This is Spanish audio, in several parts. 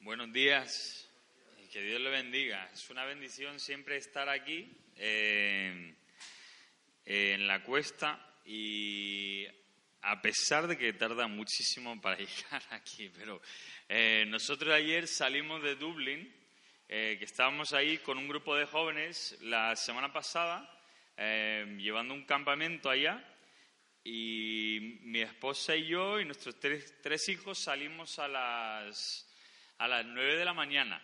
Buenos días y que Dios le bendiga. Es una bendición siempre estar aquí en la cuesta, y a pesar de que tarda muchísimo para llegar aquí, pero nosotros ayer salimos de Dublín, que estábamos ahí con un grupo de jóvenes la semana pasada, llevando un campamento allá, y mi esposa y yo y nuestros tres hijos salimos a las 9 de la mañana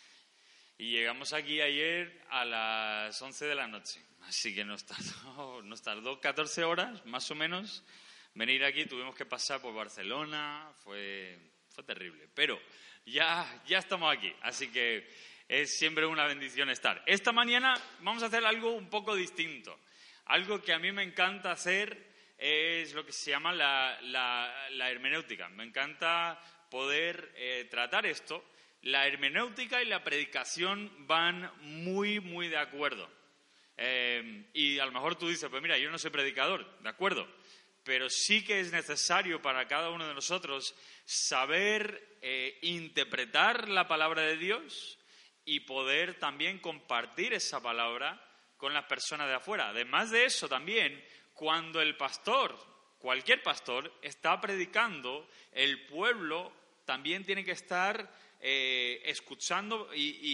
y llegamos aquí ayer a las 11 de la noche. Así que nos tardó 14 horas, más o menos, venir aquí. Tuvimos que pasar por Barcelona, fue terrible. Pero ya estamos aquí, así que es siempre una bendición estar. Esta mañana vamos a hacer algo un poco distinto. Algo que a mí me encanta hacer es lo que se llama la hermenéutica. Me encanta poder tratar esto. La hermenéutica y la predicación van muy, muy de acuerdo. Y a lo mejor tú dices, pues mira, yo no soy predicador, de acuerdo, pero sí que es necesario para cada uno de nosotros saber interpretar la palabra de Dios y poder también compartir esa palabra con las personas de afuera. Además de eso, también, cuando el pastor, cualquier pastor, está predicando, el pueblo también tiene que estar escuchando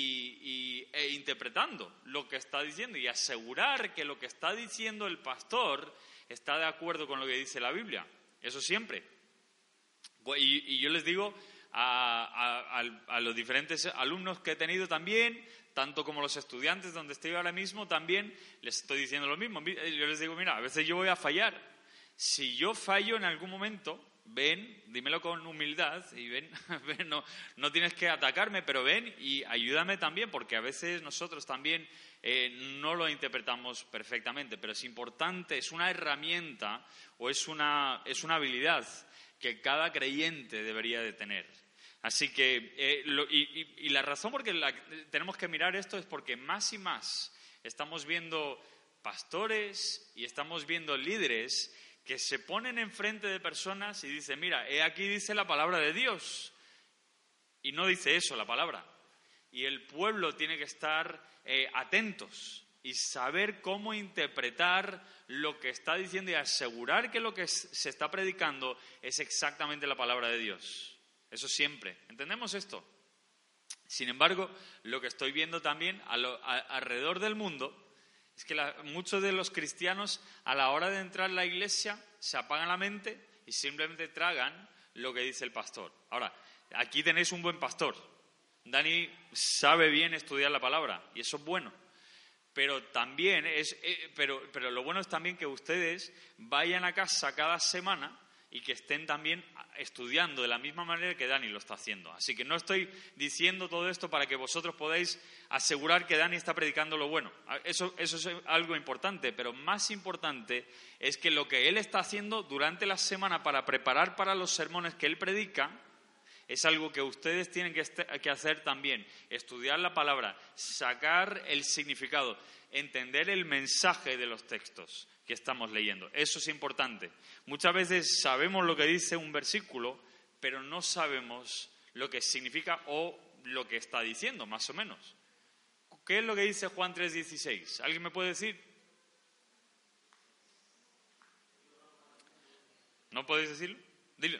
e interpretando lo que está diciendo y asegurar que lo que está diciendo el pastor está de acuerdo con lo que dice la Biblia. Eso siempre. Y yo les digo a los diferentes alumnos que he tenido también, tanto como los estudiantes donde estoy ahora mismo, también les estoy diciendo lo mismo. Yo les digo, mira, a veces yo voy a fallar. Si yo fallo en algún momento, ven, dímelo con humildad y ven, no tienes que atacarme, pero ven y ayúdame también, porque a veces nosotros también no lo interpretamos perfectamente, pero es importante, es una herramienta o es una habilidad que cada creyente debería de tener. Así que, y la razón por la que tenemos que mirar esto es porque más y más estamos viendo pastores y estamos viendo líderes que se ponen enfrente de personas y dicen, mira, aquí dice la palabra de Dios. Y no dice eso la palabra. Y el pueblo tiene que estar atentos y saber cómo interpretar lo que está diciendo y asegurar que lo que se está predicando es exactamente la palabra de Dios. Eso siempre. ¿Entendemos esto? Sin embargo, lo que estoy viendo también alrededor del mundo es que muchos de los cristianos, a la hora de entrar en la iglesia, se apagan la mente y simplemente tragan lo que dice el pastor. Ahora, aquí tenéis un buen pastor. Dani sabe bien estudiar la palabra y eso es bueno. Pero también pero lo bueno es también que ustedes vayan a casa cada semana y que estén también estudiando de la misma manera que Dani lo está haciendo. Así que no estoy diciendo todo esto para que vosotros podáis asegurar que Dani está predicando lo bueno. Eso es algo importante, pero más importante es que lo que él está haciendo durante la semana para preparar para los sermones que él predica es algo que ustedes tienen que hacer también. Estudiar la palabra, sacar el significado, entender el mensaje de los textos que estamos leyendo. Eso es importante. Muchas veces sabemos lo que dice un versículo, pero no sabemos lo que significa o lo que está diciendo, más o menos. ¿Qué es lo que dice Juan 3:16? ¿Alguien me puede decir? ¿No podéis decirlo? Dilo.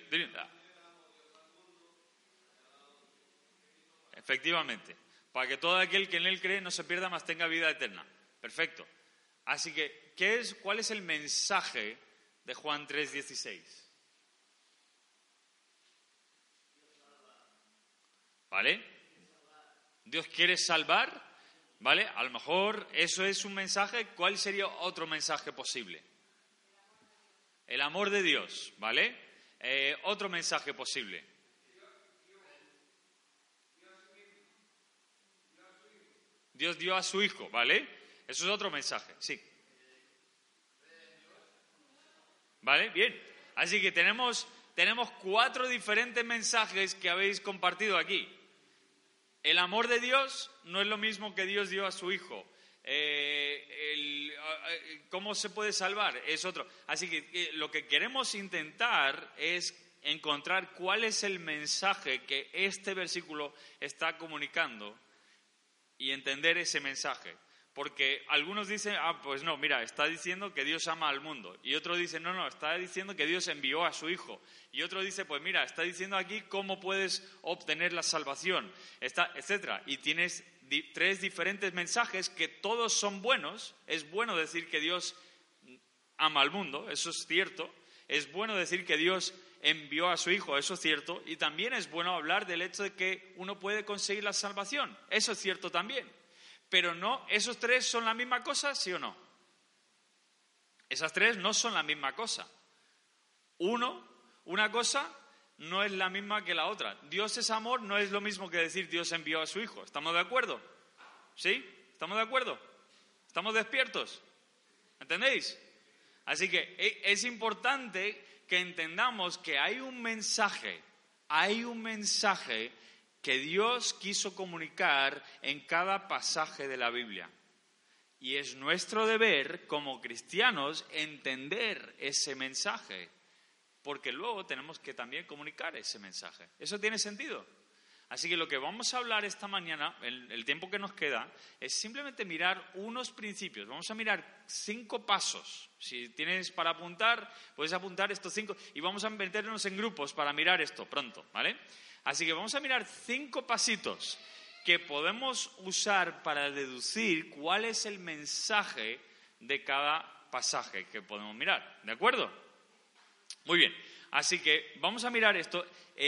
Efectivamente, para que todo aquel que en él cree no se pierda, mas tenga vida eterna. Perfecto. Así que, ¿cuál es el mensaje de Juan 3:16? ¿Vale? Dios quiere salvar, ¿vale? A lo mejor eso es un mensaje. ¿Cuál sería otro mensaje posible? El amor de Dios, ¿vale? Otro mensaje posible. Dios dio a su Hijo, ¿vale? Eso es otro mensaje, sí. ¿Vale? Bien. Así que tenemos 4 diferentes mensajes que habéis compartido aquí. El amor de Dios no es lo mismo que Dios dio a su Hijo. ¿Cómo se puede salvar? Es otro. Así que lo que queremos intentar es encontrar cuál es el mensaje que este versículo está comunicando y entender ese mensaje. Porque algunos dicen, pues no, mira, está diciendo que Dios ama al mundo. Y otro dice, no, está diciendo que Dios envió a su Hijo. Y otro dice, pues mira, está diciendo aquí cómo puedes obtener la salvación, etcétera. Y tienes tres diferentes mensajes que todos son buenos. Es bueno decir que Dios ama al mundo, eso es cierto. Es bueno decir que Dios envió a su Hijo, eso es cierto. Y también es bueno hablar del hecho de que uno puede conseguir la salvación, eso es cierto también. Pero no, ¿esos tres son la misma cosa, sí o no? Esas tres no son la misma cosa. Una cosa no es la misma que la otra. Dios es amor, no es lo mismo que decir Dios envió a su Hijo. ¿Estamos de acuerdo? ¿Sí? ¿Estamos de acuerdo? ¿Estamos despiertos? ¿Entendéis? Así que es importante que entendamos que hay un mensaje que Dios quiso comunicar en cada pasaje de la Biblia. Y es nuestro deber como cristianos entender ese mensaje, porque luego tenemos que también comunicar ese mensaje. ¿Eso tiene sentido? Así que lo que vamos a hablar esta mañana, el tiempo que nos queda, es simplemente mirar unos principios. Vamos a mirar 5 pasos. Si tienes para apuntar, puedes apuntar estos 5 y vamos a meternos en grupos para mirar esto pronto, ¿vale? Así que vamos a mirar 5 pasitos que podemos usar para deducir cuál es el mensaje de cada pasaje que podemos mirar. ¿De acuerdo? Muy bien. Así que vamos a mirar esto.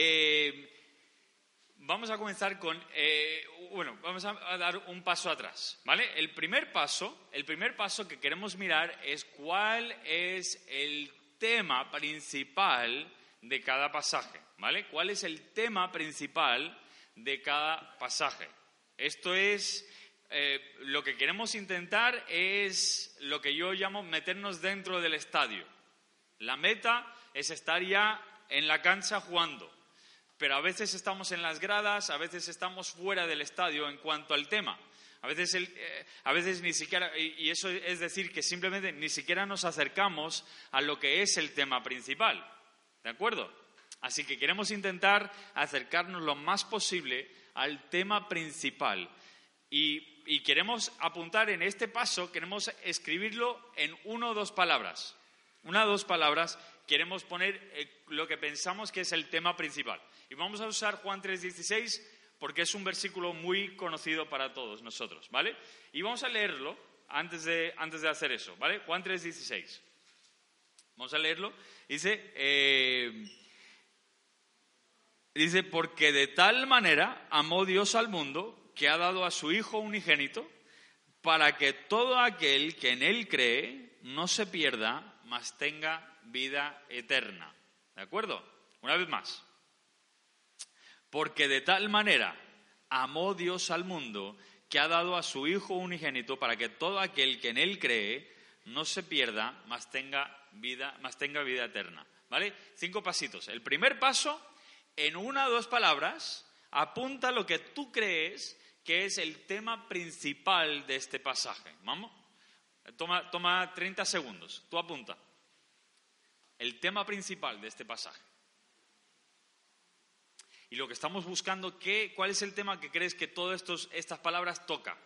Vamos a comenzar con... vamos a dar un paso atrás, ¿vale? El primer paso que queremos mirar es cuál es el tema principal de cada pasaje, ¿vale? ¿Cuál es el tema principal de cada pasaje? Esto es, lo que queremos intentar es lo que yo llamo meternos dentro del estadio. La meta es estar ya en la cancha jugando, pero a veces estamos en las gradas, a veces estamos fuera del estadio en cuanto al tema. A veces ni siquiera, y eso es decir que simplemente ni siquiera nos acercamos a lo que es el tema principal. ¿De acuerdo? Así que queremos intentar acercarnos lo más posible al tema principal. Y queremos apuntar en este paso, queremos escribirlo en 1 o 2 palabras. 1 o 2 palabras queremos poner lo que pensamos que es el tema principal. Y vamos a usar Juan 3:16 porque es un versículo muy conocido para todos nosotros, ¿vale? Y vamos a leerlo antes de hacer eso, ¿vale? Juan 3:16. Vamos a leerlo. Dice, porque de tal manera amó Dios al mundo que ha dado a su Hijo unigénito para que todo aquel que en Él cree no se pierda, mas tenga vida eterna. ¿De acuerdo? Una vez más. Porque de tal manera amó Dios al mundo que ha dado a su Hijo unigénito para que todo aquel que en Él cree no se pierda, mas tenga vida eterna. ¿Vale? 5 pasitos. El primer paso, en 1 o 2 palabras, apunta lo que tú crees que es el tema principal de este pasaje. ¿Vamos? Toma 30 segundos. Tú apunta. El tema principal de este pasaje. Y lo que estamos buscando, ¿cuál es el tema que crees que todas estas palabras toca?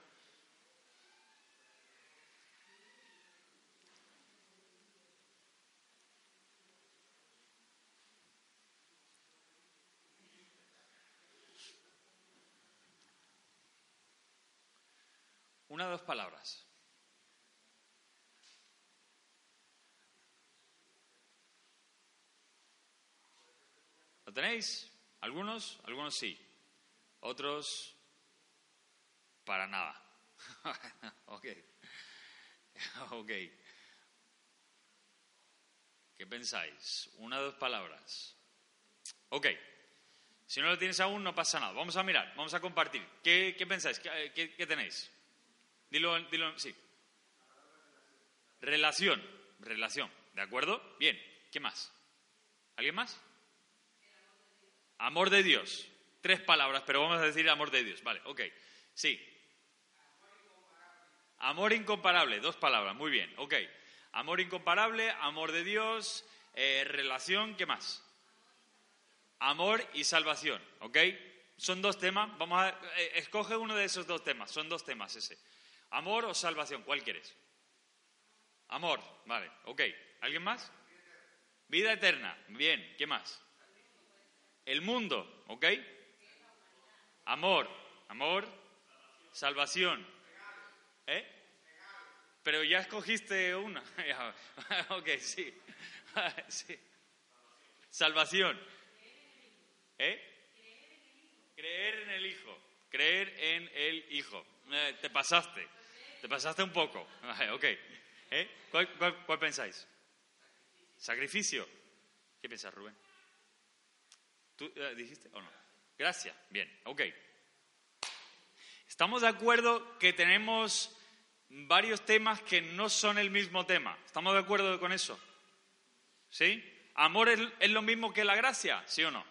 Una o 2 palabras. ¿Lo tenéis? ¿Algunos? Algunos sí. Otros, para nada. Ok. ¿Qué pensáis? 1 o 2 palabras. Ok. Si no lo tienes aún, no pasa nada. Vamos a mirar, vamos a compartir. ¿Qué pensáis? ¿Qué tenéis? Dilo, sí. Relación. ¿De acuerdo? Bien. ¿Qué más? ¿Alguien más? Amor de Dios. 3 palabras, pero vamos a decir amor de Dios. Vale, ok. Sí. Amor incomparable. 2 palabras, muy bien. Ok. Amor incomparable, amor de Dios, relación, ¿qué más? Amor y salvación, ¿ok? Son dos temas. Escoge uno de esos dos temas. Son dos temas ese. Amor o salvación, ¿cuál quieres? Amor, vale, ok. ¿Alguien más? Vida eterna, bien. ¿Qué más? El mundo, ¿ok? Amor, salvación. Pero ya escogiste una. Ok, sí. Sí. Salvación. Creer en el Hijo. Creer en el Hijo. Te pasaste un poco. Ok. ¿Cuál pensáis? Sacrificio. ¿Qué piensas, Rubén? ¿Tú dijiste o no? Gracia. Bien, ok. Estamos de acuerdo que tenemos varios temas que no son el mismo tema. ¿Estamos de acuerdo con eso? ¿Sí? ¿Amor es lo mismo que la gracia? ¿Sí o no?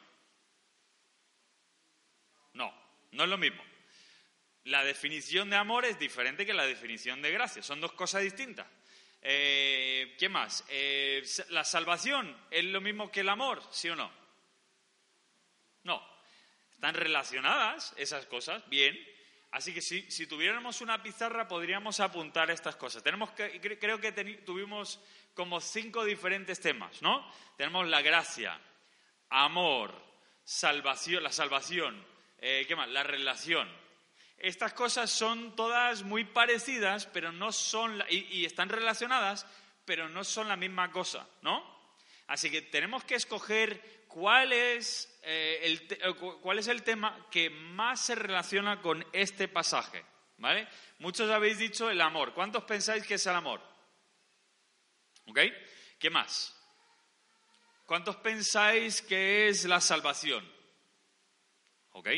No es lo mismo. La definición de amor es diferente que la definición de gracia. Son dos cosas distintas. ¿Qué más? ¿La salvación es lo mismo que el amor? ¿Sí o no? No. Están relacionadas esas cosas, bien. Así que si tuviéramos una pizarra podríamos apuntar estas cosas. Creo que tuvimos como 5 diferentes temas, ¿no? Tenemos la gracia, amor, salvación, la salvación, ¿qué más? La relación. Estas cosas son todas muy parecidas, pero no son y están relacionadas, pero no son la misma cosa, ¿no? Así que tenemos que escoger cuál es el tema que más se relaciona con este pasaje, ¿vale? Muchos habéis dicho el amor. ¿Cuántos pensáis que es el amor? ¿Ok? ¿Qué más? ¿Cuántos pensáis que es la salvación? ¿Ok?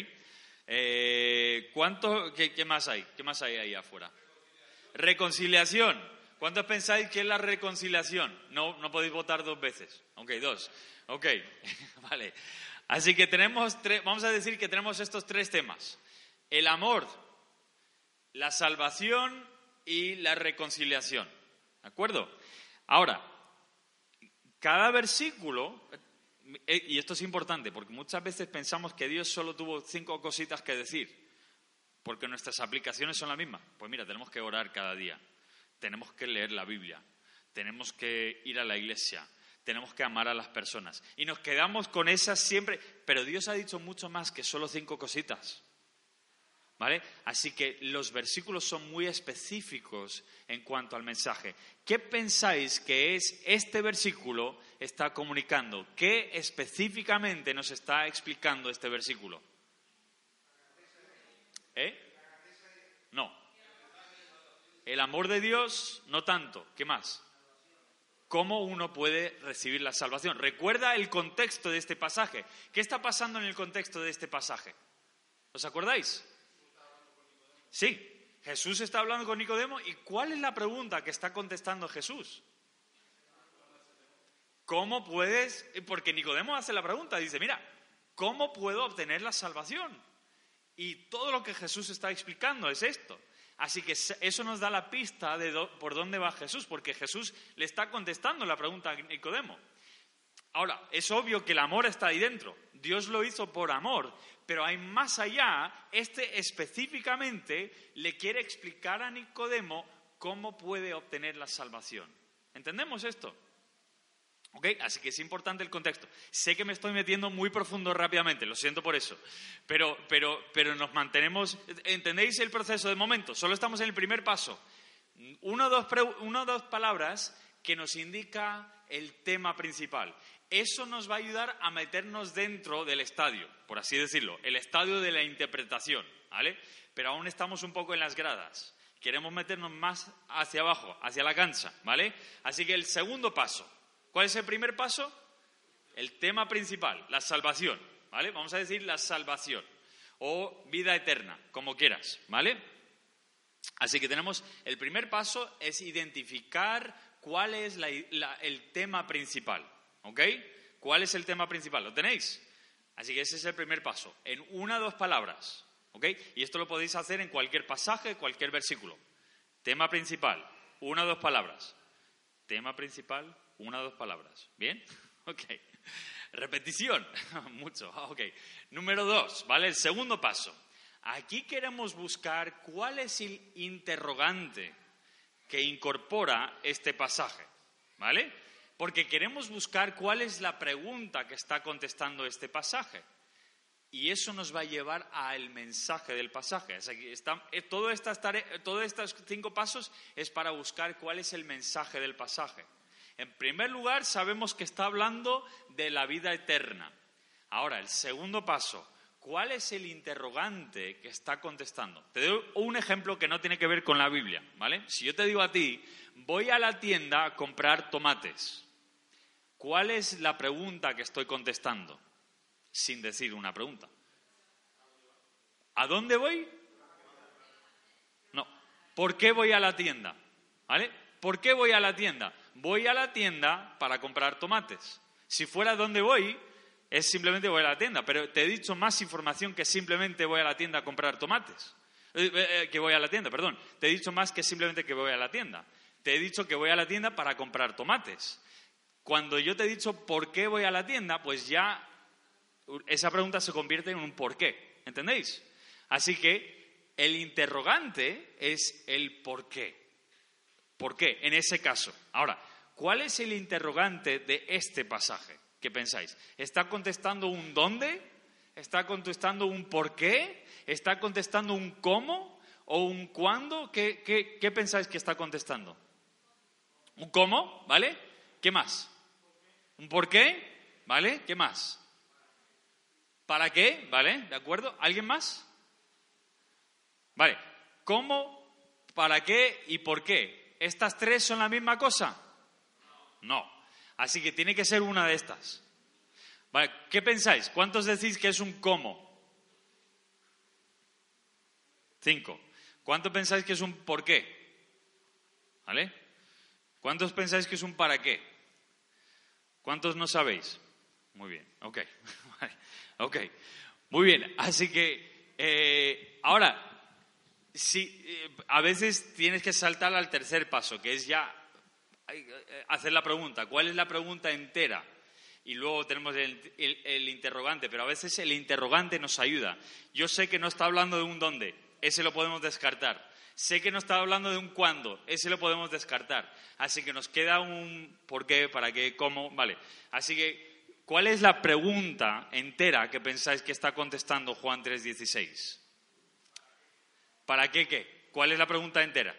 ¿Qué más hay? ¿Qué más hay ahí afuera? Reconciliación. ¿Cuántos pensáis que es la reconciliación? No podéis votar 2 veces. Ok, 2. Ok, vale. Así que vamos a decir que tenemos estos 3 temas. El amor, la salvación y la reconciliación. ¿De acuerdo? Ahora, cada versículo, y esto es importante, porque muchas veces pensamos que Dios solo tuvo 5 cositas que decir, porque nuestras aplicaciones son las mismas. Pues mira, tenemos que orar cada día, tenemos que leer la Biblia, tenemos que ir a la iglesia, tenemos que amar a las personas. Y nos quedamos con esas siempre, pero Dios ha dicho mucho más que solo 5 cositas. ¿Vale? Así que los versículos son muy específicos en cuanto al mensaje. ¿Qué pensáis que este versículo está comunicando? ¿Qué específicamente nos está explicando este versículo? No. El amor de Dios, no tanto. ¿Qué más? ¿Cómo uno puede recibir la salvación? Recuerda el contexto de este pasaje. ¿Qué está pasando en el contexto de este pasaje? ¿Os acordáis? Sí, Jesús está hablando con Nicodemo. ¿Y cuál es la pregunta que está contestando Jesús? ¿Cómo puedes? Porque Nicodemo hace la pregunta, dice, mira, ¿cómo puedo obtener la salvación? Y todo lo que Jesús está explicando es esto. Así que eso nos da la pista de por dónde va Jesús, porque Jesús le está contestando la pregunta a Nicodemo. Ahora, es obvio que el amor está ahí dentro. Dios lo hizo por amor, pero hay más allá. Específicamente le quiere explicar a Nicodemo cómo puede obtener la salvación. ¿Entendemos esto? ¿Ok? Así que es importante el contexto. Sé que me estoy metiendo muy profundo rápidamente, lo siento por eso. Pero nos mantenemos... ¿Entendéis el proceso de momento? Solo estamos en el primer paso. Una o dos palabras que nos indica el tema principal. Eso nos va a ayudar a meternos dentro del estadio, por así decirlo, el estadio de la interpretación, ¿vale? Pero aún estamos un poco en las gradas. Queremos meternos más hacia abajo, hacia la cancha, ¿vale? Así que el segundo paso. ¿Cuál es el primer paso? El tema principal, la salvación, ¿vale? Vamos a decir la salvación o vida eterna, como quieras, ¿vale? Así que tenemos, el primer paso es identificar cuál es el tema principal, ¿ok? ¿Cuál es el tema principal? ¿Lo tenéis? Así que ese es el primer paso, en 1 o 2 palabras, ¿ok? Y esto lo podéis hacer en cualquier pasaje, cualquier versículo. Tema principal, 1 o 2 palabras. Tema principal, 1 o 2 palabras. ¿Bien? Ok. Repetición. Mucho. Ok. Número 2, ¿vale? El segundo paso. Aquí queremos buscar cuál es el interrogante que incorpora este pasaje, ¿vale? Porque queremos buscar cuál es la pregunta que está contestando este pasaje. Y eso nos va a llevar al mensaje del pasaje. O sea, todos estos 5 pasos es para buscar cuál es el mensaje del pasaje. En primer lugar, sabemos que está hablando de la vida eterna. Ahora, el segundo paso, ¿cuál es el interrogante que está contestando? Te doy un ejemplo que no tiene que ver con la Biblia, ¿vale? Si yo te digo a ti, voy a la tienda a comprar tomates, ¿cuál es la pregunta que estoy contestando? Sin decir una pregunta. ¿A dónde voy? No. ¿Por qué voy a la tienda? ¿Vale? ¿Por qué voy a la tienda? Voy a la tienda para comprar tomates. Si fuera dónde voy, es simplemente voy a la tienda. Pero te he dicho más información que simplemente voy a la tienda a comprar tomates. Que voy a la tienda, perdón. Te he dicho más que simplemente que voy a la tienda. Te he dicho que voy a la tienda para comprar tomates. Cuando yo te he dicho por qué voy a la tienda, pues ya esa pregunta se convierte en un por qué, ¿entendéis? Así que el interrogante es el por qué. ¿Por qué? En ese caso. Ahora, ¿cuál es el interrogante de este pasaje? ¿Qué pensáis? ¿Está contestando un dónde? ¿Está contestando un por qué? ¿Está contestando un cómo o un cuándo? ¿Qué pensáis que está contestando? ¿Un cómo? ¿Vale? ¿Qué más? ¿Un por qué? ¿Vale? ¿Qué más? ¿Para qué? ¿Vale? ¿De acuerdo? ¿Alguien más? Vale. ¿Cómo, para qué y por qué? ¿Estas 3 son la misma cosa? No. Así que tiene que ser una de estas. Vale. ¿Qué pensáis? ¿Cuántos decís que es un cómo? 5. ¿Cuántos pensáis que es un por qué? ¿Vale? ¿Cuántos pensáis que es un para qué? ¿Cuántos no sabéis? Muy bien. Ok. Vale. Ok, muy bien. Así que ahora, a veces tienes que saltar al tercer paso, que es ya hacer la pregunta. ¿Cuál es la pregunta entera? Y luego tenemos el interrogante, pero a veces el interrogante nos ayuda. Yo sé que no está hablando de un dónde, ese lo podemos descartar. Sé que no está hablando de un cuándo, ese lo podemos descartar. Así que nos queda un por qué, para qué, cómo, vale. Así que ¿cuál es la pregunta entera que pensáis que está contestando Juan 3:16? ¿Para qué qué? ¿Cuál es la pregunta entera?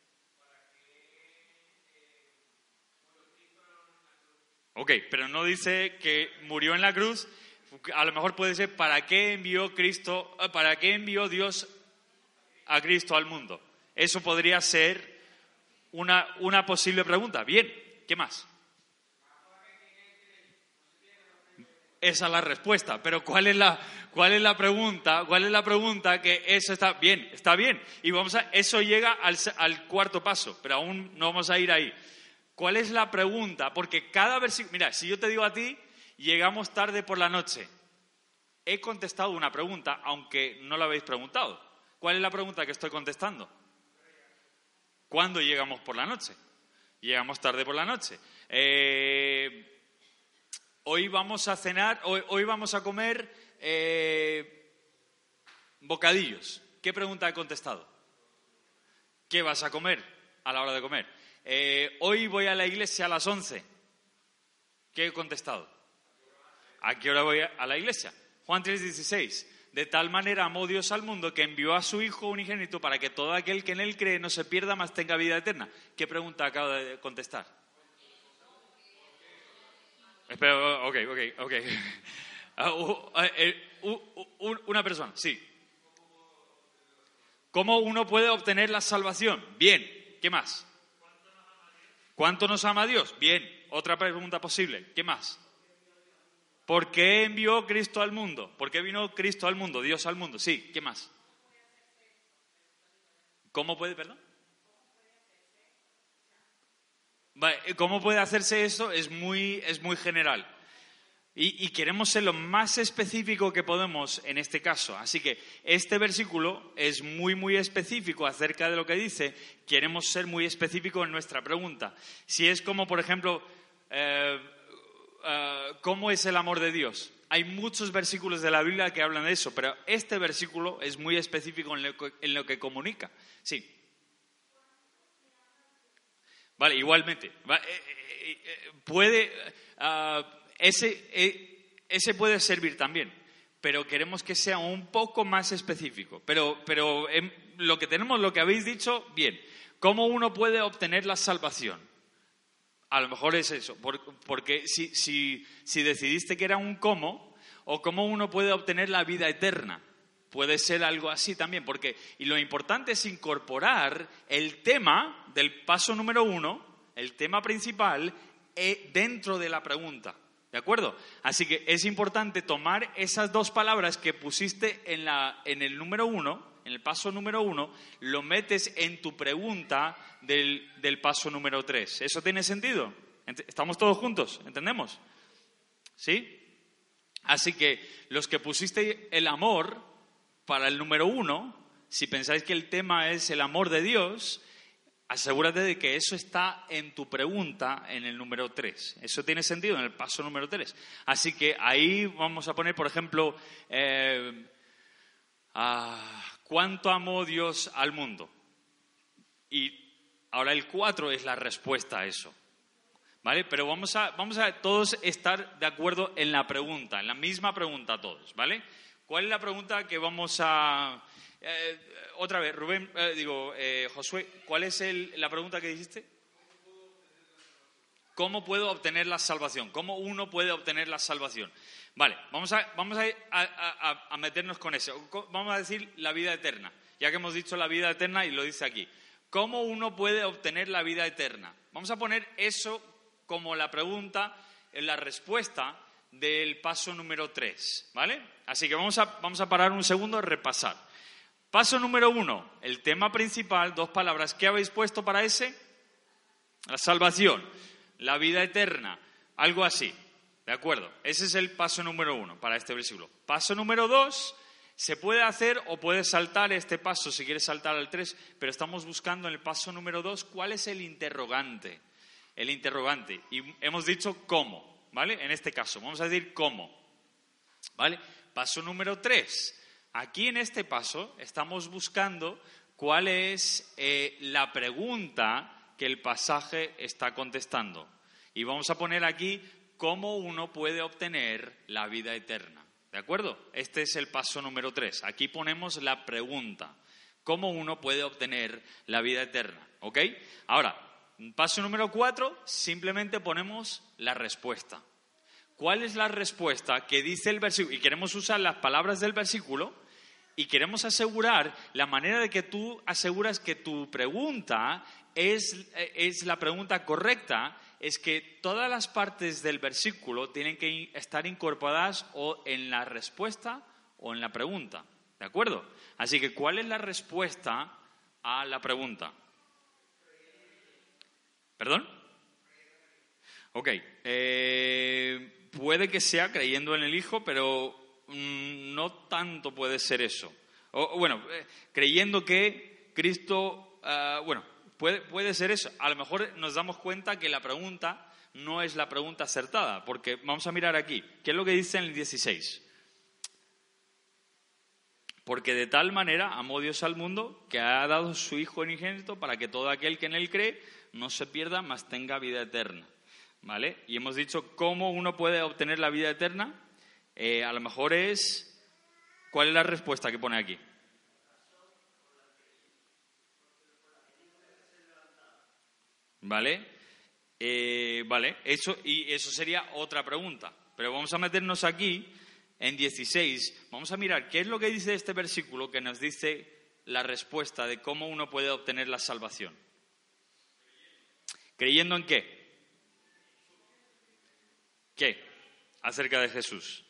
Ok, pero no dice que murió en la cruz. A lo mejor puede ser ¿para qué envió Dios a Cristo al mundo? Eso podría ser una posible pregunta. Bien, ¿qué más? Esa es la respuesta, pero ¿cuál es la pregunta? ¿Cuál es la pregunta que eso está bien? Está bien. Y eso llega al cuarto paso, pero aún no vamos a ir ahí. ¿Cuál es la pregunta? Porque cada versículo... Mira, si yo te digo a ti, llegamos tarde por la noche. He contestado una pregunta, aunque no la habéis preguntado. ¿Cuál es la pregunta que estoy contestando? ¿Cuándo llegamos por la noche? Llegamos tarde por la noche. Hoy vamos a cenar, hoy vamos a comer bocadillos. ¿Qué pregunta he contestado? ¿Qué vas a comer a la hora de comer? Hoy voy a la iglesia a las 11. ¿Qué he contestado? ¿A qué hora voy a la iglesia? Juan 3:16. De tal manera amó Dios al mundo que envió a su Hijo unigénito para que todo aquel que en él cree no se pierda, mas tenga vida eterna. ¿Qué pregunta acabo de contestar? Espera, ok. Una persona, sí. ¿Cómo uno puede obtener la salvación? Bien, ¿qué más? ¿Cuánto nos ama Dios? Bien, otra pregunta posible, ¿qué más? ¿Por qué envió Cristo al mundo? ¿Por qué vino Cristo al mundo, Dios al mundo? Sí, ¿qué más? ¿Cómo puede, perdón? ¿Cómo puede hacerse eso? Es muy general. Y queremos ser lo más específico que podemos en este caso. Así que este versículo es muy específico acerca de lo que dice. Queremos ser muy específicos en nuestra pregunta. Si es como, por ejemplo, ¿cómo es el amor de Dios? Hay muchos versículos de la Biblia que hablan de eso, pero este versículo es muy específico en lo que comunica. Sí. Vale, igualmente. Ese puede servir también, pero queremos que sea un poco más específico. Pero lo que habéis dicho, bien. ¿Cómo uno puede obtener la salvación? A lo mejor es eso, porque si decidiste que era un cómo, o cómo uno puede obtener la vida eterna. Puede ser algo así también, y lo importante es incorporar el tema del paso número 1, el tema principal, dentro de la pregunta. ¿De acuerdo? Así que es importante tomar esas dos palabras que pusiste en el número 1, en el paso número 1, lo metes en tu pregunta del paso número 3. ¿Eso tiene sentido? ¿Estamos todos juntos? ¿Entendemos? ¿Sí? Así que los que pusiste el amor para el número 1, si pensáis que el tema es el amor de Dios, asegúrate de que eso está en tu pregunta en el número 3. Eso tiene sentido en el paso número 3. Así que ahí vamos a poner, por ejemplo, ¿cuánto amó Dios al mundo? Y ahora el 4 es la respuesta a eso. ¿Vale? Pero vamos a todos estar de acuerdo en la pregunta, en la misma pregunta todos, ¿vale? ¿Cuál es la pregunta que vamos a... otra vez, Josué, ¿cuál es la pregunta que dijiste? ¿Cómo puedo obtener la salvación? ¿Cómo uno puede obtener la salvación? Vale, vamos a meternos con eso. Vamos a decir la vida eterna, ya que hemos dicho la vida eterna y lo dice aquí. ¿Cómo uno puede obtener la vida eterna? Vamos a poner eso como la pregunta, la respuesta del paso número 3, ¿vale? Así que vamos a parar un segundo a repasar. Paso número 1, el tema principal, 2 palabras. ¿Qué habéis puesto para ese? La salvación, la vida eterna, algo así, ¿de acuerdo? Ese es el paso número 1 para este versículo. Paso número 2, se puede hacer o puedes saltar este paso si quieres saltar al 3, pero estamos buscando en el paso número 2 cuál es el interrogante. El interrogante. Y hemos dicho cómo, ¿vale? En este caso, vamos a decir cómo, ¿vale? Paso número 3. Aquí en este paso estamos buscando cuál es la pregunta que el pasaje está contestando. Y vamos a poner aquí cómo uno puede obtener la vida eterna. ¿De acuerdo? Este es el paso número 3. Aquí ponemos la pregunta. ¿Cómo uno puede obtener la vida eterna? ¿Ok? Ahora, paso número 4, simplemente ponemos la respuesta. ¿Cuál es la respuesta que dice el versículo? Y queremos usar las palabras del versículo y queremos asegurar la manera de que tú aseguras que tu pregunta es la pregunta correcta, es que todas las partes del versículo tienen que estar incorporadas o en la respuesta o en la pregunta. ¿De acuerdo? Así que, ¿cuál es la respuesta a la pregunta? ¿Perdón? Ok. Puede que sea creyendo en el Hijo, pero no tanto puede ser eso. Creyendo que Cristo... puede ser eso. A lo mejor nos damos cuenta que la pregunta no es la pregunta acertada, porque vamos a mirar aquí. ¿Qué es lo que dice en el 16? Porque de tal manera amó Dios al mundo que ha dado su Hijo unigénito para que todo aquel que en Él cree no se pierda, mas tenga vida eterna. ¿Vale? Y hemos dicho cómo uno puede obtener la vida eterna. A lo mejor es... ¿Cuál es la respuesta que pone aquí? ¿Vale? Eso sería otra pregunta. Pero vamos a meternos aquí en 16. Vamos a mirar qué es lo que dice este versículo que nos dice la respuesta de cómo uno puede obtener la salvación. ¿Creyendo en qué? ¿Qué? Acerca de Jesús.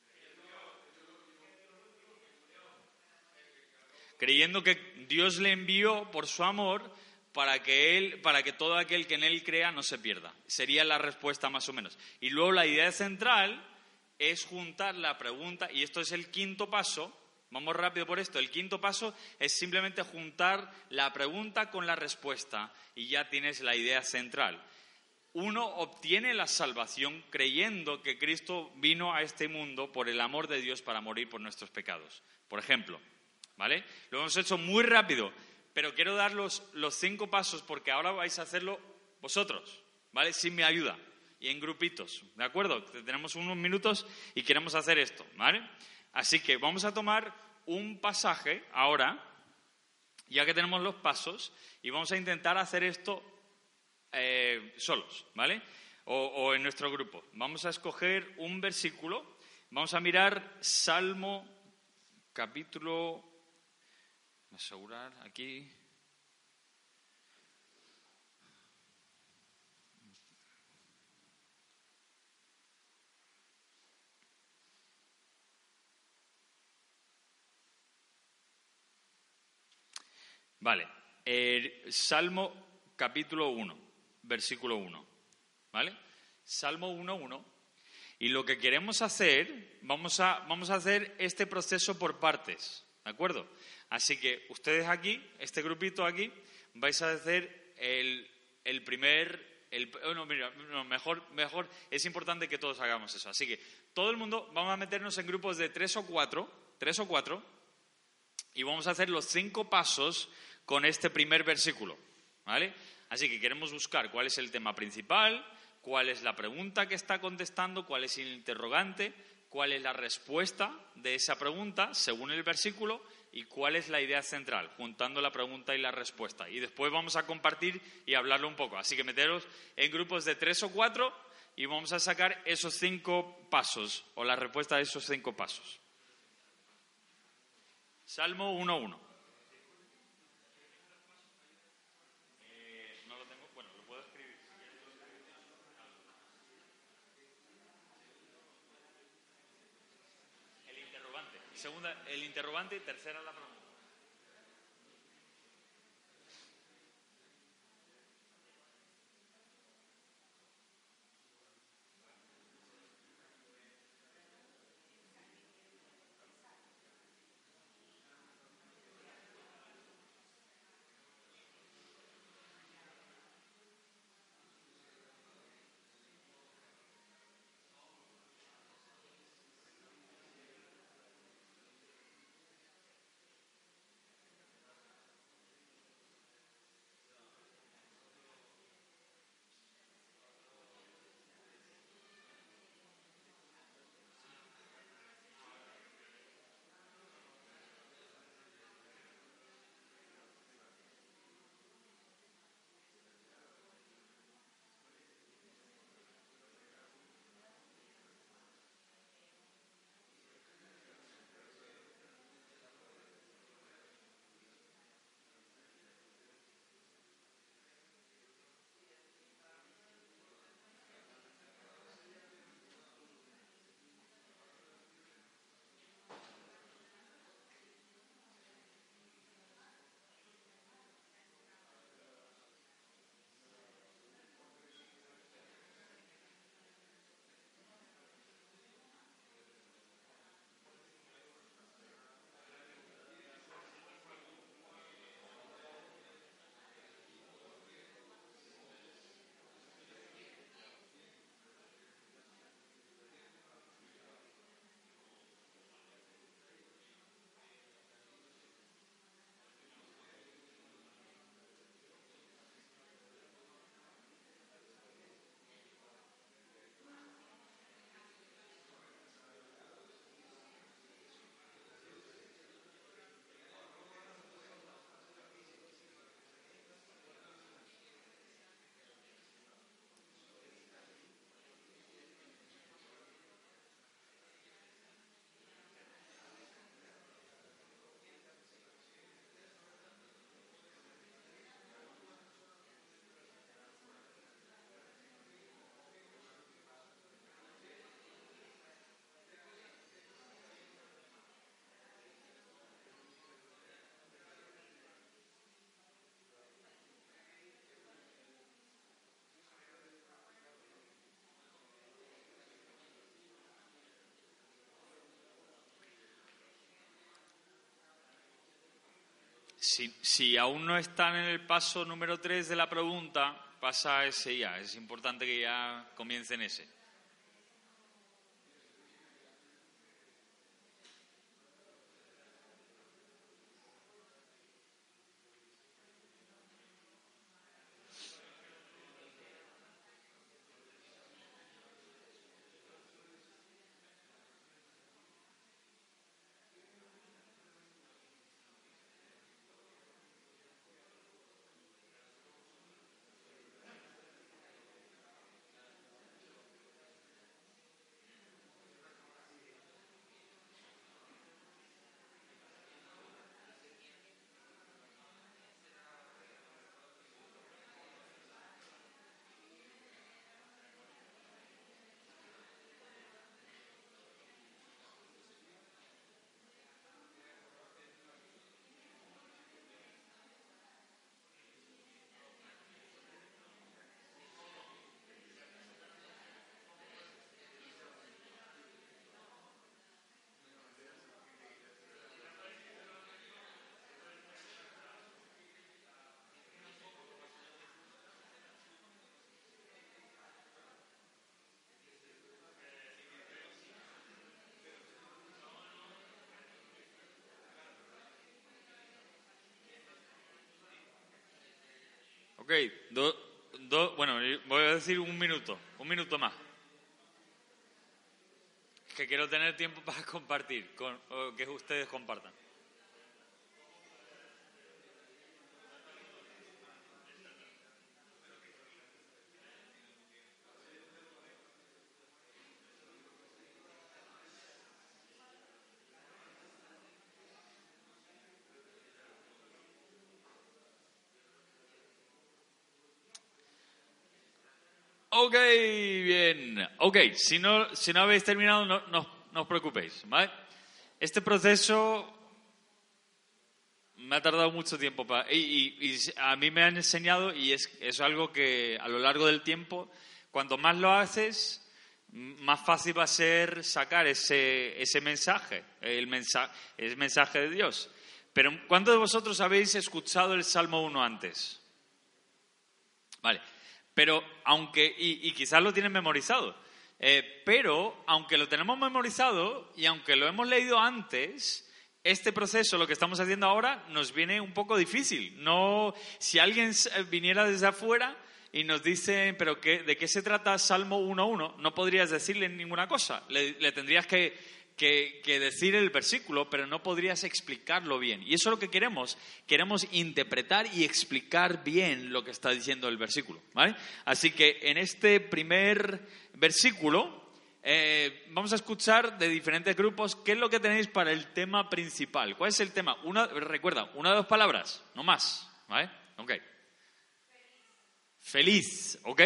Creyendo que Dios le envió por su amor para que todo aquel que en Él crea no se pierda. Sería la respuesta más o menos. Y luego la idea central es juntar la pregunta, y esto es el quinto paso. Vamos rápido por esto. El quinto paso es simplemente juntar la pregunta con la respuesta y ya tienes la idea central. uno obtiene la salvación creyendo que Cristo vino a este mundo por el amor de Dios para morir por nuestros pecados. Por ejemplo, ¿vale? Lo hemos hecho muy rápido, pero quiero dar los 5 pasos porque ahora vais a hacerlo vosotros, ¿vale? Sin mi ayuda y en grupitos, ¿de acuerdo? Tenemos unos minutos y queremos hacer esto, ¿vale? Así que vamos a tomar un pasaje ahora, ya que tenemos los pasos, y vamos a intentar hacer esto solos, ¿vale? O en nuestro grupo. Vamos a escoger un versículo. Vamos a mirar Salmo, capítulo... asegurar aquí... Vale. Salmo, capítulo 1. Versículo 1, ¿vale? Salmo 1:1. Y lo que queremos hacer, vamos a hacer este proceso por partes, ¿de acuerdo? Así que ustedes aquí, este grupito aquí, vais a hacer el primer... mejor, es importante que todos hagamos eso. Así que todo el mundo, vamos a meternos en grupos de 3 o 4, y vamos a hacer los 5 pasos con este primer versículo, ¿vale? Así que queremos buscar cuál es el tema principal, cuál es la pregunta que está contestando, cuál es el interrogante, cuál es la respuesta de esa pregunta según el versículo y cuál es la idea central, juntando la pregunta y la respuesta. Y después vamos a compartir y hablarlo un poco. Así que meteros en grupos de 3 o 4 y vamos a sacar esos 5 pasos o la respuesta de esos 5 pasos. Salmo 1:1. No lo tengo, bueno, lo puedo escribir. El interrogante. Segunda, el interrogante y tercera la pregunta. Si aún no están en el paso número 3 de la pregunta, pasa ese ya. Es importante que ya comiencen ese. Ok, bueno, voy a decir un minuto más. Que quiero tener tiempo para compartir, que ustedes compartan. Ok, bien. Ok, si no habéis terminado, no os preocupéis, ¿vale? Este proceso me ha tardado mucho tiempo y a mí me han enseñado, y es algo que a lo largo del tiempo, cuanto más lo haces, más fácil va a ser sacar ese mensaje, el mensaje de Dios. Pero ¿cuántos de vosotros habéis escuchado el Salmo 1 antes? Vale. Pero y quizás lo tienen memorizado, pero aunque lo tenemos memorizado y aunque lo hemos leído antes, este proceso, lo que estamos haciendo ahora, nos viene un poco difícil. No, si alguien viniera desde afuera y nos dice, ¿pero de qué se trata Salmo 1.1? No podrías decirle ninguna cosa. Le tendrías que decir el versículo, pero no podrías explicarlo bien. Y eso es lo que queremos. Queremos interpretar y explicar bien lo que está diciendo el versículo, ¿vale? Así que en este primer versículo vamos a escuchar de diferentes grupos qué es lo que tenéis para el tema principal. ¿Cuál es el tema? Recuerda, una o dos palabras, no más, ¿vale? Ok. Feliz, ¿ok?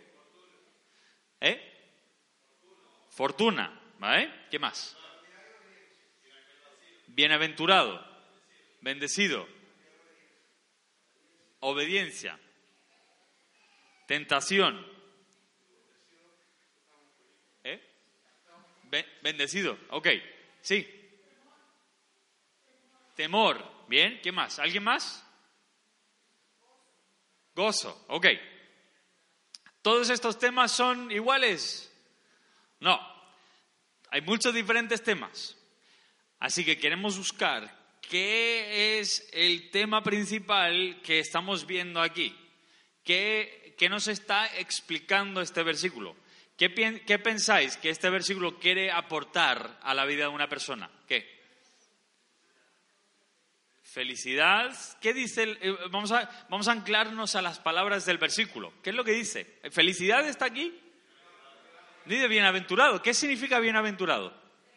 Fortuna, ¿vale? ¿Qué más? Bienaventurado, bendecido, obediencia, tentación, bendecido, ok, sí, temor, bien, ¿qué más? ¿Alguien más? Gozo, ok. ¿Todos estos temas son iguales? No, hay muchos diferentes temas. Así que queremos buscar qué es el tema principal que estamos viendo aquí. ¿Qué nos está explicando este versículo? ¿Qué pensáis que este versículo quiere aportar a la vida de una persona? ¿Qué? Felicidad. ¿Qué dice? Vamos a anclarnos a las palabras del versículo. ¿Qué es lo que dice? ¿Felicidad está aquí? Dice bienaventurado. ¿Qué significa bienaventurado?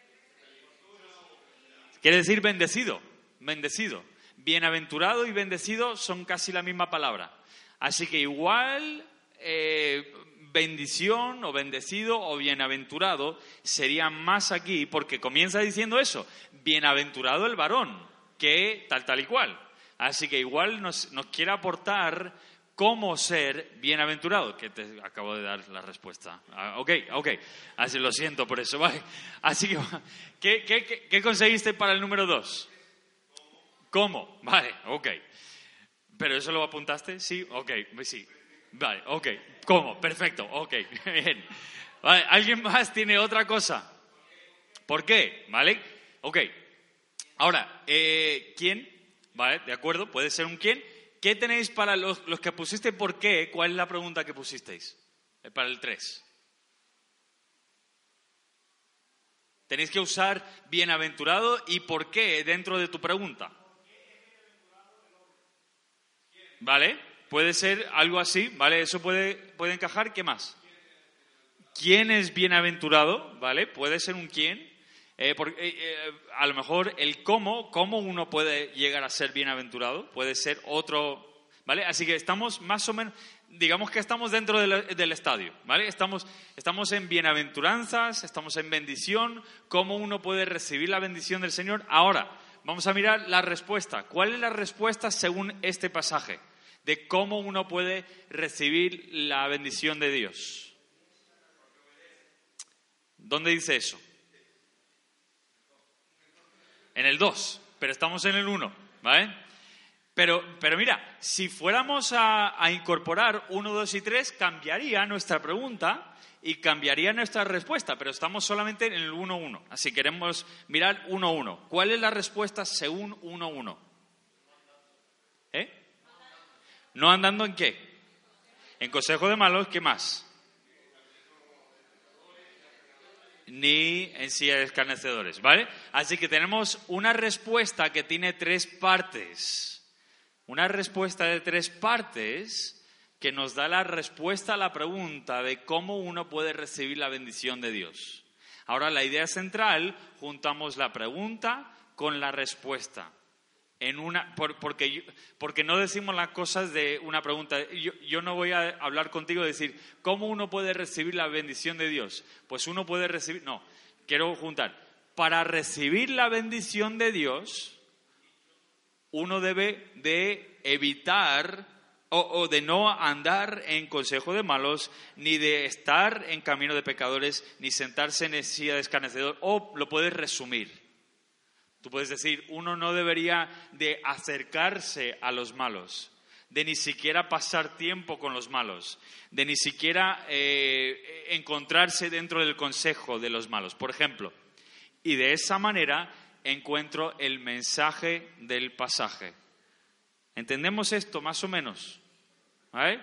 Quiere decir bendecido, bendecido. Bienaventurado y bendecido son casi la misma palabra. Así que igual bendición o bendecido o bienaventurado sería más aquí, porque comienza diciendo eso. Bienaventurado el varón, que tal y cual. Así que igual nos quiere aportar cómo ser bienaventurado, que te acabo de dar la respuesta. Ok. Así lo siento por eso. Vale. Así que, ¿qué conseguiste para el número 2? ¿Cómo? Vale, ok. ¿Pero eso lo apuntaste? Sí, ok, sí. Vale, ok. ¿Cómo? Perfecto, ok. Bien. Vale, ¿alguien más tiene otra cosa? ¿Por qué? ¿Vale? Ok. Ahora, ¿quién? Vale, de acuerdo, puede ser un quién. ¿Qué tenéis para los que pusiste por qué? ¿Cuál es la pregunta que pusisteis? Para el 3. Tenéis que usar bienaventurado y por qué dentro de tu pregunta. ¿Vale? Puede ser algo así, ¿vale? Eso puede encajar. ¿Qué más? ¿Quién es bienaventurado? ¿Vale? Puede ser un quién. A lo mejor el cómo uno puede llegar a ser bienaventurado, puede ser otro, ¿vale? Así que estamos más o menos, digamos que estamos dentro del estadio, ¿vale? Estamos en bienaventuranzas, estamos en bendición, cómo uno puede recibir la bendición del Señor. Ahora, vamos a mirar la respuesta. ¿Cuál es la respuesta según este pasaje? De cómo uno puede recibir la bendición de Dios. ¿Dónde dice eso? En el 2, pero estamos en el 1, ¿vale? Pero mira, si fuéramos a incorporar 1, 2 y 3, cambiaría nuestra pregunta y cambiaría nuestra respuesta, pero estamos solamente en el 1, 1. Así queremos mirar 1, 1. ¿Cuál es la respuesta según 1, 1? ¿No andando en qué? En consejo de malos, ¿qué más? Ni en silla de escarnecedores, ¿vale? Así que tenemos una respuesta que tiene 3 partes. Una respuesta de 3 partes que nos da la respuesta a la pregunta de cómo uno puede recibir la bendición de Dios. Ahora, la idea central, juntamos la pregunta con la respuesta. Porque no decimos las cosas de una pregunta. Yo no voy a hablar contigo y decir, ¿cómo uno puede recibir la bendición de Dios? Pues uno puede recibir... No, quiero juntar. Para recibir la bendición de Dios, uno debe de evitar o de no andar en consejo de malos, ni de estar en camino de pecadores, ni sentarse en silla de escarnecedor. O lo puedes resumir. Tú puedes decir, uno no debería de acercarse a los malos, de ni siquiera pasar tiempo con los malos, de ni siquiera encontrarse dentro del consejo de los malos, por ejemplo. Y de esa manera encuentro el mensaje del pasaje. ¿Entendemos esto más o menos? ¿Vale?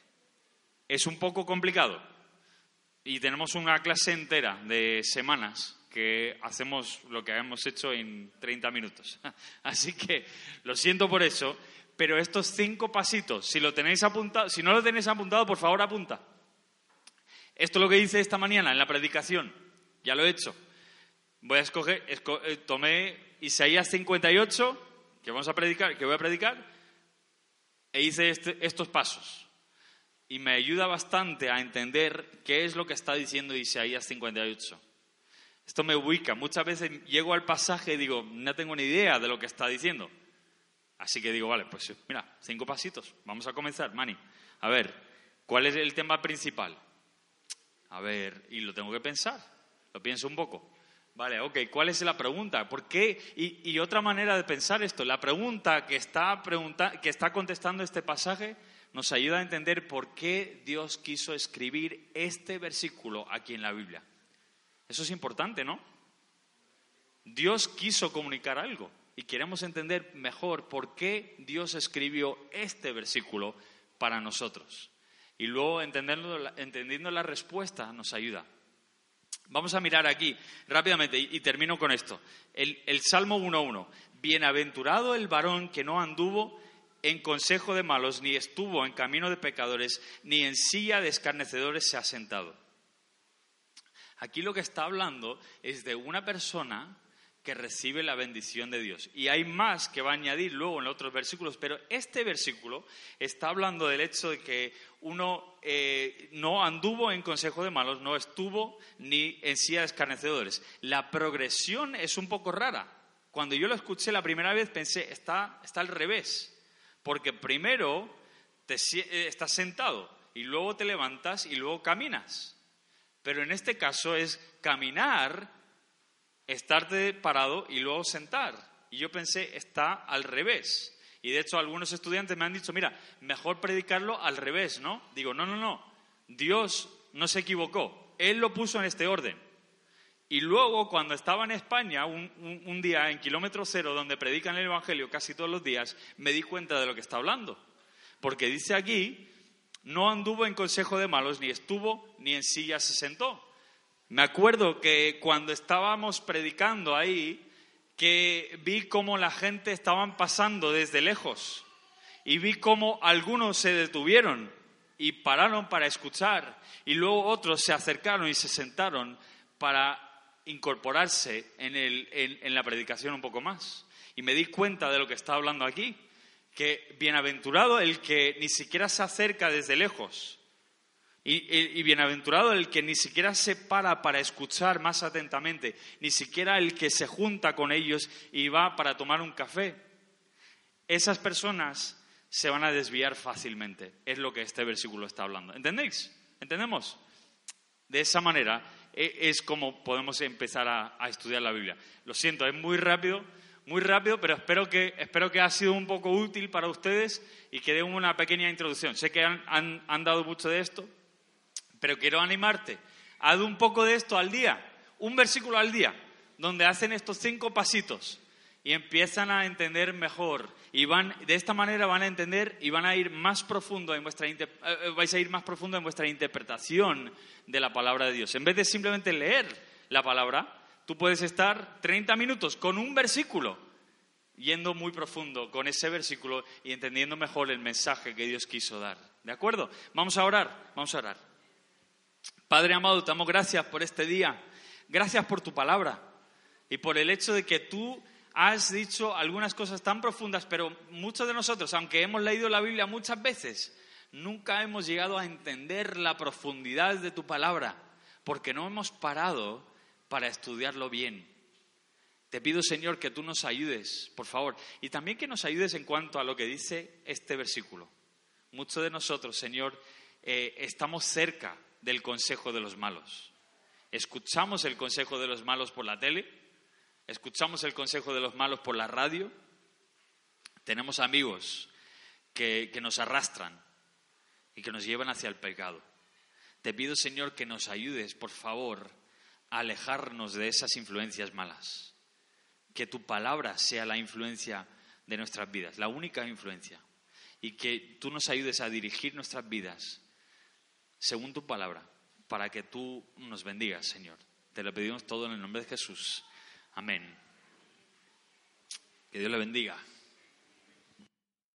Es un poco complicado y tenemos una clase entera de semanas que hacemos lo que hemos hecho en 30 minutos. Así que lo siento por eso, pero estos 5 pasitos, si lo tenéis apuntado, si no lo tenéis apuntado, por favor apunta. Esto es lo que hice esta mañana en la predicación, ya lo he hecho. Voy a tomé Isaías 58, que voy a predicar, e hice estos pasos. Y me ayuda bastante a entender qué es lo que está diciendo Isaías 58. Esto me ubica. Muchas veces llego al pasaje y digo, no tengo ni idea de lo que está diciendo. Así que digo, vale, pues mira, 5 pasitos. Vamos a comenzar, Mani. A ver, ¿cuál es el tema principal? A ver, y lo tengo que pensar. Lo pienso un poco. Vale, ok, ¿cuál es la pregunta? ¿Por qué? Y otra manera de pensar esto. La pregunta que está contestando este pasaje nos ayuda a entender por qué Dios quiso escribir este versículo aquí en la Biblia. Eso es importante, ¿no? Dios quiso comunicar algo y queremos entender mejor por qué Dios escribió este versículo para nosotros. Y luego entendiendo la respuesta nos ayuda. Vamos a mirar aquí rápidamente y termino con esto. El Salmo 1:1. Bienaventurado el varón que no anduvo en consejo de malos, ni estuvo en camino de pecadores, ni en silla de escarnecedores se ha sentado. Aquí lo que está hablando es de una persona que recibe la bendición de Dios. Y hay más que va a añadir luego en otros versículos, pero este versículo está hablando del hecho de que uno no anduvo en consejo de malos, no estuvo ni en silla de escarnecedores. La progresión es un poco rara. Cuando yo lo escuché la primera vez pensé, está al revés. Porque primero estás sentado y luego te levantas y luego caminas. Pero en este caso es caminar, estarte parado y luego sentar. Y yo pensé, está al revés. Y de hecho algunos estudiantes me han dicho, mira, mejor predicarlo al revés, ¿no? Digo, no. Dios no se equivocó. Él lo puso en este orden. Y luego, cuando estaba en España, un día en Kilómetro Cero, donde predican el Evangelio casi todos los días, me di cuenta de lo que está hablando. Porque dice aquí, no anduvo en consejo de malos, ni estuvo, ni en silla se sentó. Me acuerdo que cuando estábamos predicando ahí, que vi cómo la gente estaban pasando desde lejos y vi cómo algunos se detuvieron y pararon para escuchar y luego otros se acercaron y se sentaron para incorporarse en la predicación un poco más. Y me di cuenta de lo que está hablando aquí, que bienaventurado el que ni siquiera se acerca desde lejos y bienaventurado el que ni siquiera se para escuchar más atentamente, ni siquiera el que se junta con ellos y va para tomar un café. Esas personas se van a desviar fácilmente, es lo que este versículo está hablando. ¿Entendéis? ¿Entendemos? De esa manera es como podemos empezar a estudiar la Biblia. Lo siento, es muy rápido, pero espero que ha sido un poco útil para ustedes y que dé una pequeña introducción. Sé que han dado mucho de esto, pero quiero animarte. Haz un poco de esto al día, un versículo al día, donde hacen estos 5 pasitos y empiezan a entender mejor. Y de esta manera van a entender y van a ir más profundo vais a ir más profundo en vuestra interpretación de la palabra de Dios. En vez de simplemente leer la palabra, tú puedes estar 30 minutos con un versículo, yendo muy profundo con ese versículo y entendiendo mejor el mensaje que Dios quiso dar. ¿De acuerdo? Vamos a orar. Padre amado, te damos gracias por este día. Gracias por tu palabra y por el hecho de que tú has dicho algunas cosas tan profundas, pero muchos de nosotros, aunque hemos leído la Biblia muchas veces, nunca hemos llegado a entender la profundidad de tu palabra, porque no hemos parado para estudiarlo bien. Te pido, Señor, que tú nos ayudes, por favor, y también que nos ayudes en cuanto a lo que dice este versículo. Muchos de nosotros, Señor, estamos cerca del consejo de los malos. Escuchamos el consejo de los malos por la tele, escuchamos el consejo de los malos por la radio. Tenemos amigos que nos arrastran y que nos llevan hacia el pecado. Te pido, Señor, que nos ayudes, por favor, a alejarnos de esas influencias malas. Que tu palabra sea la influencia de nuestras vidas, la única influencia. Y que tú nos ayudes a dirigir nuestras vidas según tu palabra, para que tú nos bendigas, Señor. Te lo pedimos todo en el nombre de Jesús. Amén. Que Dios le bendiga.